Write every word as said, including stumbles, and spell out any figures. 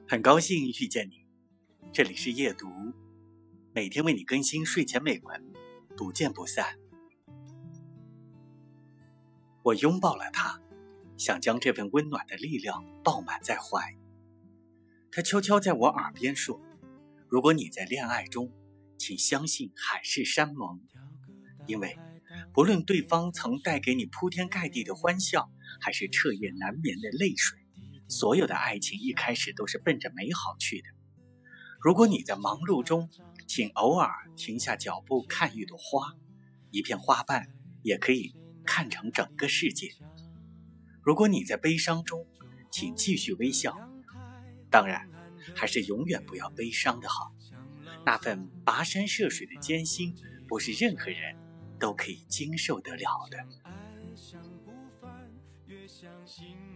很高兴遇见你，这里是夜读，每天为你更新睡前美文，不见不散。我拥抱了他，想将这份温暖的力量抱满在怀。他悄悄在我耳边说，如果你在恋爱中，请相信海誓山盟，因为不论对方曾带给你铺天盖地的欢笑，还是彻夜难眠的泪水，所有的爱情一开始都是奔着美好去的。如果你在忙碌中，请偶尔停下脚步看一朵花，一片花瓣也可以看成整个世界。如果你在悲伤中，请继续微笑，当然还是永远不要悲伤的好。那份跋山涉水的艰辛，不是任何人都可以经受得了的。